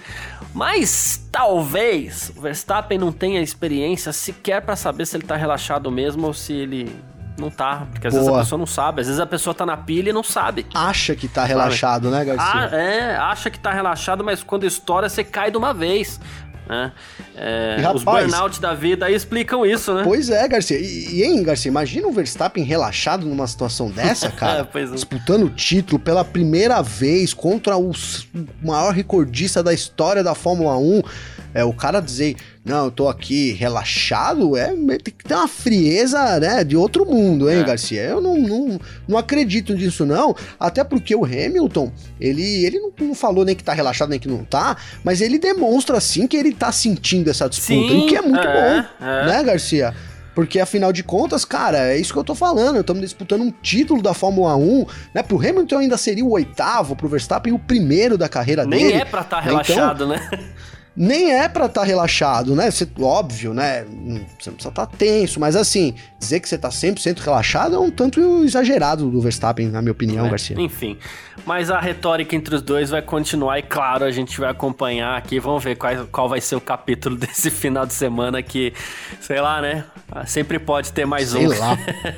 Mas talvez o Verstappen não tenha experiência sequer para saber se ele tá relaxado mesmo ou se ele... não tá, porque às Boa. vezes a pessoa não sabe, às vezes a pessoa tá na pilha e não sabe. Acha que tá relaxado, sabe? Né, Garcia? Ah, é, acha que tá relaxado, mas quando estoura você cai de uma vez, né? É, e, rapaz, os burnout da vida aí explicam isso, né? Pois é, Garcia. E, e hein, Garcia, imagina o Verstappen relaxado numa situação dessa, cara, é, disputando o título pela primeira vez contra o maior recordista da história da Fórmula um. É, o cara dizer, não, eu tô aqui relaxado, é, tem que ter uma frieza, né, de outro mundo, hein, é. Garcia? Eu não, não, não acredito nisso, não, até porque o Hamilton, ele, ele não, não falou nem que tá relaxado, nem que não tá, mas ele demonstra, sim, que ele tá sentindo essa disputa, Sim, o que é muito é, bom, é. né, Garcia? Porque, afinal de contas, cara, é isso que eu tô falando, estamos disputando um título da Fórmula um, né, pro Hamilton ainda seria o oitavo, pro Verstappen o primeiro da carreira nem dele. Nem é pra estar tá relaxado, então, né? Nem é pra estar tá relaxado, né? Cê, óbvio, né? Você não precisa estar tá tenso, mas assim, dizer que você tá cem por cento relaxado é um tanto exagerado do Verstappen, na minha opinião, é, Garcia. Enfim, mas a retórica entre os dois vai continuar e, claro, a gente vai acompanhar aqui. Vamos ver qual, qual vai ser o capítulo desse final de semana que, sei lá, né? Sempre pode ter mais sei um. Sei lá.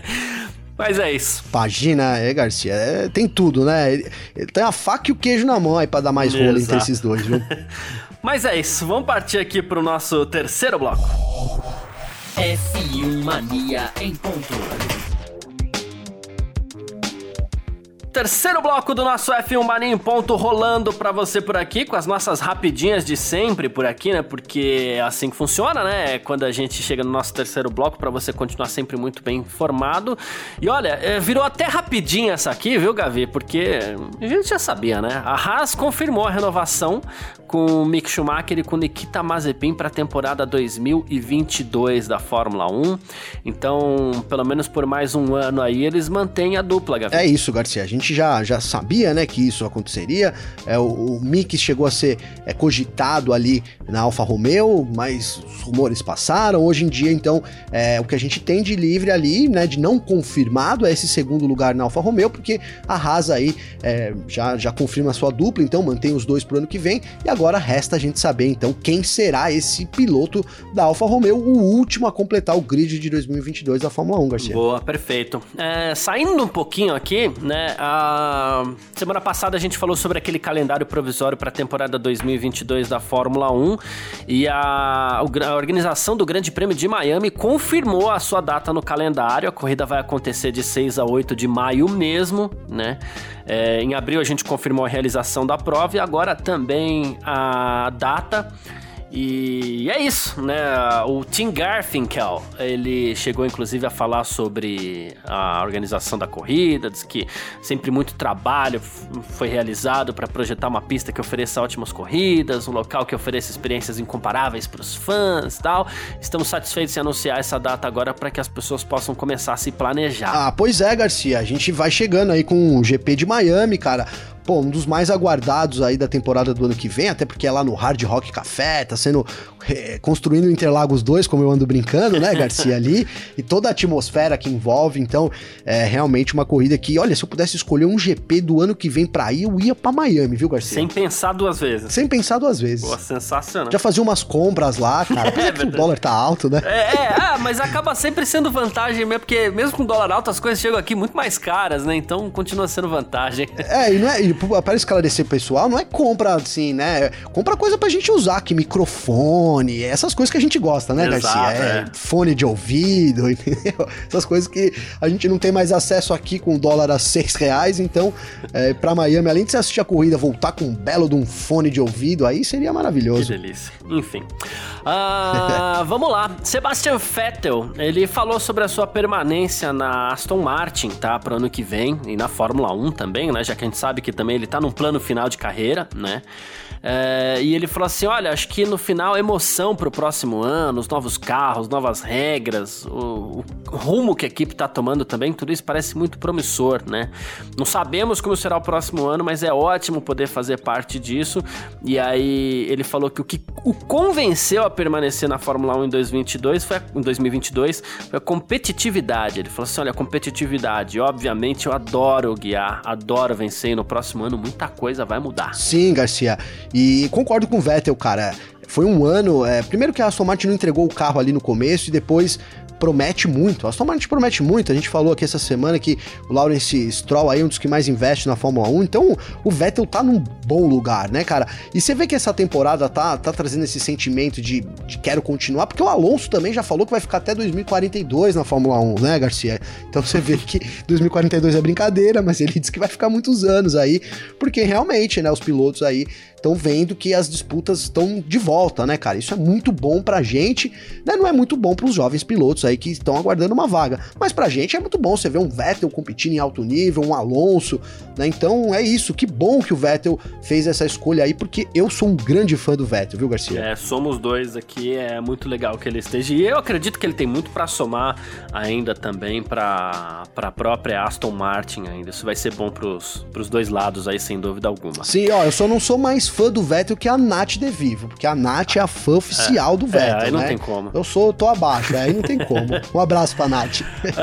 Mas é isso. Pagina, é, Garcia, é, tem tudo, né? Ele, ele tem a faca e o queijo na mão aí pra dar mais rolo entre esses dois, viu? Mas é isso, vamos partir aqui pro nosso terceiro bloco. F um Mania em ponto. Terceiro bloco do nosso F um Mania em ponto rolando pra você por aqui, com as nossas rapidinhas de sempre por aqui, né? Porque é assim que funciona, né? Quando a gente chega no nosso terceiro bloco, pra você continuar sempre muito bem informado. E olha, virou até rapidinho essa aqui, viu, Gavi? Porque a gente já sabia, né? A Haas confirmou a renovação com o Mick Schumacher e com Nikita Mazepin para a temporada dois mil e vinte e dois da Fórmula um. Então, pelo menos por mais um ano aí, eles mantêm a dupla, Gavi. É isso, Garcia. A gente já, já sabia, né, que isso aconteceria. É, o, o Mick chegou a ser é, cogitado ali na Alfa Romeo, mas os rumores passaram. Hoje em dia, então, é, o que a gente tem de livre ali, né, de não confirmado é esse segundo lugar na Alfa Romeo, porque a Haas aí é, já, já confirma a sua dupla, então mantém os dois pro ano que vem. E agora Agora resta a gente saber, então, quem será esse piloto da Alfa Romeo, o último a completar o grid de dois mil e vinte e dois da Fórmula um, Garcia. Boa, perfeito. É, saindo um pouquinho aqui, né, a semana passada a gente falou sobre aquele calendário provisório para a temporada dois mil e vinte e dois da Fórmula um e a, a organização do Grande Prêmio de Miami confirmou a sua data no calendário. A corrida vai acontecer de seis a oito de maio mesmo, né? É, em abril a gente confirmou a realização da prova e agora também a data. E é isso, né? O Tim Garfinkel, ele chegou inclusive a falar sobre a organização da corrida, diz que sempre muito trabalho foi realizado para projetar uma pista que ofereça ótimas corridas, um local que ofereça experiências incomparáveis para os fãs e tal. Estamos satisfeitos em anunciar essa data agora para que as pessoas possam começar a se planejar. Ah, pois é, Garcia, a gente vai chegando aí com o G P de Miami, cara. Pô, um dos mais aguardados aí da temporada do ano que vem, até porque é lá no Hard Rock Café, tá sendo é, construindo Interlagos dois, como eu ando brincando, né, Garcia, ali, e toda a atmosfera que envolve, então, é realmente uma corrida que, olha, se eu pudesse escolher um G P do ano que vem pra ir, eu ia pra Miami, viu, Garcia? Sem pensar duas vezes. Sem pensar duas vezes. Pô, sensacional. Já fazia umas compras lá, cara, apesar é, que o dólar tá alto, né? É, é, ah, mas acaba sempre sendo vantagem mesmo, porque mesmo com dólar alto, as coisas chegam aqui muito mais caras, né, então continua sendo vantagem. É, e não é, e para esclarecer pessoal, não é compra assim, né, compra coisa pra gente usar aqui, microfone, essas coisas que a gente gosta, né, Exato, Garcia? É, é. Fone de ouvido, entendeu? Essas coisas que a gente não tem mais acesso aqui com o dólar a seis reais, então, é, pra Miami, além de você assistir a corrida, voltar com um belo de um fone de ouvido, aí seria maravilhoso. Que delícia. Enfim. Uh, vamos lá. Sebastian Vettel, ele falou sobre a sua permanência na Aston Martin, tá, pro ano que vem, e na Fórmula um também, né, já que a gente sabe que também ele tá num plano final de carreira, né, é, e ele falou assim, olha, acho que no final emoção pro próximo ano, os novos carros, novas regras, o, o rumo que a equipe tá tomando também, tudo isso parece muito promissor, né, não sabemos como será o próximo ano, mas é ótimo poder fazer parte disso, e aí ele falou que o que o convenceu a permanecer na Fórmula um em dois mil e vinte e dois foi a, em dois mil e vinte e dois foi a competitividade. Ele falou assim, olha, competitividade, obviamente eu adoro guiar, adoro vencer e no próximo ano muita coisa vai mudar. Sim, Garcia, e concordo com o Vettel, cara, foi um ano, é, primeiro que a Aston Martin não entregou o carro ali no começo e depois promete muito, a Aston Martin promete muito, a gente falou aqui essa semana que o Lawrence Stroll aí é um dos que mais investe na Fórmula um, então o Vettel tá num bom lugar, né, cara? E você vê que essa temporada tá, tá trazendo esse sentimento de, de quero continuar, porque o Alonso também já falou que vai ficar até dois mil e quarenta e dois na Fórmula um, né, Garcia? Então você vê que dois mil e quarenta e dois é brincadeira, mas ele disse que vai ficar muitos anos aí, porque realmente, né, os pilotos aí estão vendo que as disputas estão de volta, né, cara? Isso é muito bom pra gente, né? Não é muito bom pros jovens pilotos aí que estão aguardando uma vaga, mas pra gente é muito bom você ver um Vettel competindo em alto nível, um Alonso, né? Então é isso, que bom que o Vettel fez essa escolha aí, porque eu sou um grande fã do Vettel, viu, Garcia? É, somos dois aqui, é muito legal que ele esteja, e eu acredito que ele tem muito pra somar ainda também pra, pra própria Aston Martin ainda, isso vai ser bom pros, pros dois lados aí, sem dúvida alguma. Sim, ó, eu só não sou mais fã do Vettel que a Nath De Vivo, porque a Nath é a fã oficial é, do Vettel, é, aí não né? tem como. Eu sou, tô abaixo, aí não tem como. Um abraço pra Nath.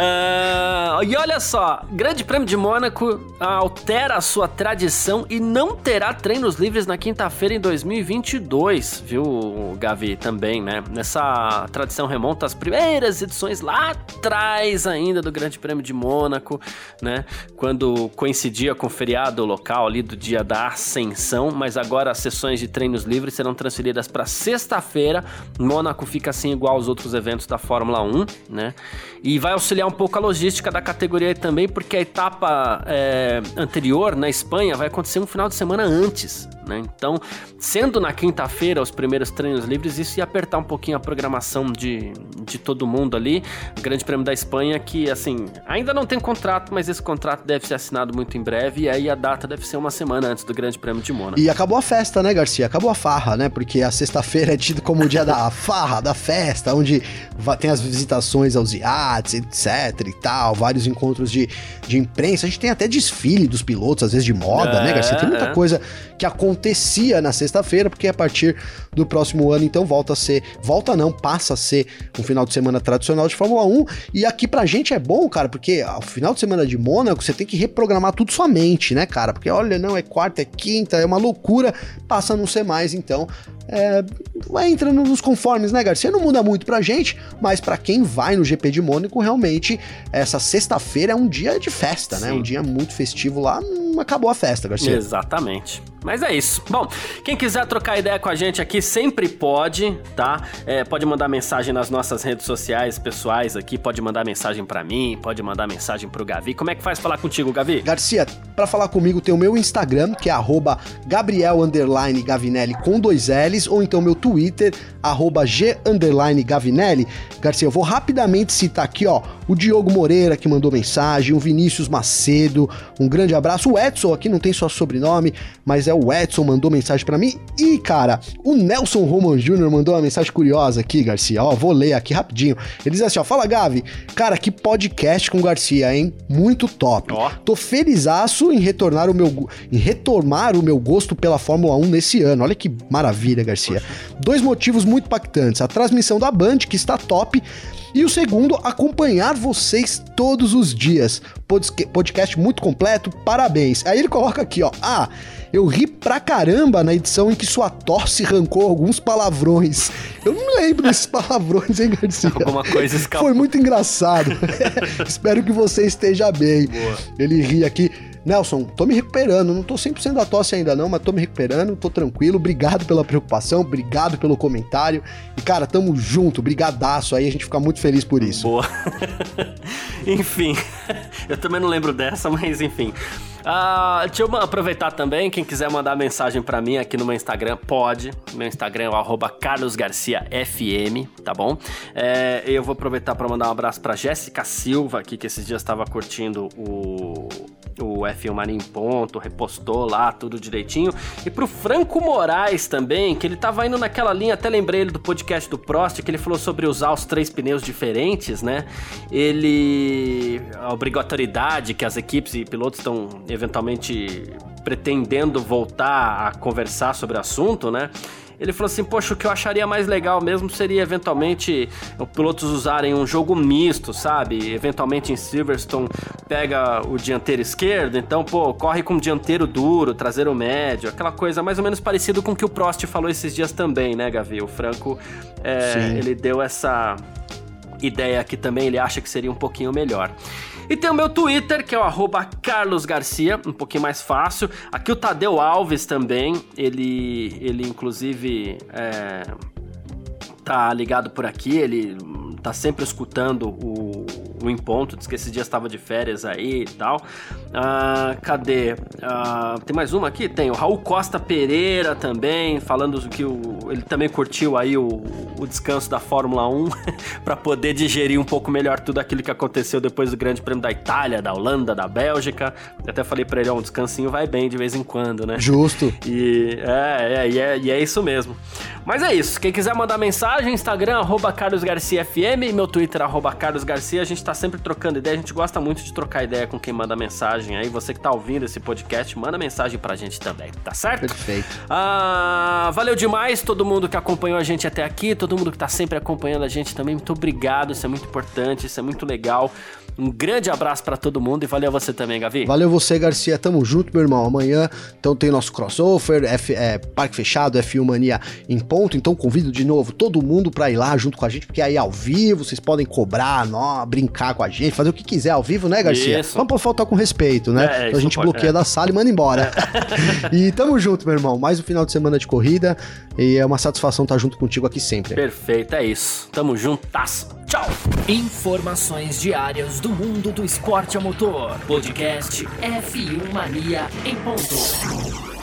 uh, e olha só, Grande Prêmio de Mônaco altera a sua tradição e não terá treinos livres na quinta-feira em dois mil e vinte e dois, viu, Gavi, também, né? Nessa tradição remonta às primeiras edições lá atrás ainda do Grande Prêmio de Mônaco, né? Quando coincidia com o feriado local ali do dia da Ascensão, mas agora as sessões de treinos livres serão transferidas para sexta-feira. Mônaco fica assim igual aos outros eventos da Fórmula um, né? E vai auxiliar um pouco a logística da categoria também, porque a etapa é, anterior, na Espanha, vai acontecer um final de semana antes, né? Então, sendo na quinta-feira os primeiros treinos livres, isso ia apertar um pouquinho a programação de, de todo mundo ali. O Grande Prêmio da Espanha, que, assim, ainda não tem contrato, mas esse contrato deve ser assinado muito em breve, e aí a data deve ser uma semana antes do Grande Prêmio de Mônaco. E acabou a festa, né, Garcia? Acabou a farra, né? Porque a sexta-feira é tido como o dia da farra, da festa, onde tem as visitações aos iates, etc e tal, vários encontros de, de imprensa. A gente tem até desfile dos pilotos, às vezes de moda, é, né, Garcia? Tem muita é. coisa que acontecia na sexta-feira, porque a partir do próximo ano, então, volta a ser, volta não, passa a ser um final de semana tradicional de Fórmula um, e aqui pra gente é bom, cara, porque ao final de semana de Mônaco, você tem que reprogramar tudo sua mente, né, cara? Porque, olha, não, é quarta, é quinta, é uma loucura, passa a não ser mais, então, é, vai entrando nos conformes, né, Garcia? Não muda muito pra gente, mas pra quem vai no G P de Mônaco, realmente, essa sexta-feira é um dia de festa, Sim. né? Um dia muito festivo lá, hum, acabou a festa, Garcia. Exatamente. Mas é isso. Bom, quem quiser trocar ideia com a gente aqui, sempre pode, tá? É, pode mandar mensagem nas nossas redes sociais pessoais aqui, pode mandar mensagem pra mim, pode mandar mensagem pro Gavi. Como é que faz falar contigo, Gavi? Garcia, pra falar comigo tem o meu Instagram, que é arroba Gabriel underline Gavinelli com dois L's, ou então meu Twitter, arroba G underline Gavinelli. Garcia, eu vou rapidamente citar aqui, ó, o Diogo Moreira, que mandou mensagem, o Vinícius Macedo, um grande abraço, o Edson aqui, não tem só sobrenome, mas é o Edson, mandou mensagem pra mim. E, cara, o Nelson Roman Júnior mandou uma mensagem curiosa aqui, Garcia. Ó, vou ler aqui rapidinho. Ele diz assim, ó, fala, Gavi. Cara, que podcast com o Garcia, hein? Muito top. Ó. Tô felizaço em retornar o meu, em retomar o meu gosto pela Fórmula um nesse ano. Olha que maravilha, Garcia. Dois motivos muito impactantes. A transmissão da Band, que está top, e o segundo, acompanhar vocês todos os dias. Podcast muito completo, parabéns. Aí ele coloca aqui, ó. Ah, eu ri pra caramba na edição em que sua tosse arrancou alguns palavrões. Eu não lembro desses palavrões, hein, Garcia? Alguma coisa escapou. Foi muito engraçado. Espero que você esteja bem. Boa. Ele ri aqui. Nelson, tô me recuperando, não tô cem por cento da tosse ainda não, mas tô me recuperando, tô tranquilo, obrigado pela preocupação, obrigado pelo comentário, e cara, tamo junto, brigadaço aí, a gente fica muito feliz por isso. Boa. Enfim, eu também não lembro dessa, mas enfim. Uh, deixa eu aproveitar também, quem quiser mandar mensagem pra mim aqui no meu Instagram, pode. Meu Instagram é o arroba Carlos Garcia F M, tá bom? É, eu vou aproveitar pra mandar um abraço pra Jéssica Silva aqui, que esses dias estava curtindo o, o F um Mania em Ponto, repostou lá tudo direitinho. E pro Franco Moraes também, que ele tava indo naquela linha, até lembrei ele do podcast do Prost, que ele falou sobre usar os três pneus diferentes, né? Ele... a obrigatoriedade que as equipes e pilotos estão eventualmente pretendendo voltar a conversar sobre o assunto, né? Ele falou assim, poxa, o que eu acharia mais legal mesmo seria eventualmente os pilotos usarem um jogo misto, sabe? Eventualmente em Silverstone pega o dianteiro esquerdo, então, pô, corre com o dianteiro duro, traseiro médio, aquela coisa mais ou menos parecido com o que o Prost falou esses dias também, né, Gavi? O Franco, é, ele deu essa ideia aqui também, ele acha que seria um pouquinho melhor. E tem o meu Twitter, que é o arroba Carlos Garcia, um pouquinho mais fácil. Aqui o Tadeu Alves também, ele, ele inclusive é, tá ligado por aqui, ele tá sempre escutando o, o Em Ponto, diz que esses dias estava de férias aí e tal. Ah, cadê? Ah, tem mais uma aqui? Tem o Raul Costa Pereira também, falando que o, ele também curtiu aí o, o descanso da Fórmula um para poder digerir um pouco melhor tudo aquilo que aconteceu depois do Grande Prêmio da Itália, da Holanda, da Bélgica. Eu até falei pra ele, ó, um descansinho vai bem de vez em quando, né? Justo. E é, é, e é, e é isso mesmo. Mas é isso, quem quiser mandar mensagem, Instagram, arroba Carlos Garcia F M, meu Twitter, arroba Carlos Garcia, a gente tá sempre trocando ideia, a gente gosta muito de trocar ideia com quem manda mensagem aí, você que tá ouvindo esse podcast, manda mensagem pra gente também, tá certo? Perfeito. Ah, valeu demais todo mundo que acompanhou a gente até aqui, todo mundo que tá sempre acompanhando a gente também, muito obrigado, isso é muito importante, isso é muito legal. Um grande abraço pra todo mundo e valeu a você também, Gavi. Valeu você, Garcia. Tamo junto, meu irmão. Amanhã, então, tem nosso crossover, F, é, Parque Fechado, F um Mania em Ponto. Então, convido de novo todo mundo pra ir lá junto com a gente, porque aí ao vivo vocês podem cobrar, nó, brincar com a gente, fazer o que quiser ao vivo, né, Garcia? Isso. Vamos por faltar com respeito, né? É, então a gente pode, bloqueia é. da sala e manda embora. É. E tamo junto, meu irmão. Mais um final de semana de corrida e é uma satisfação estar junto contigo aqui sempre. Perfeito, é isso. Tamo juntas. Tchau! Informações diárias do mundo do esporte a motor. Podcast F um Mania em ponto.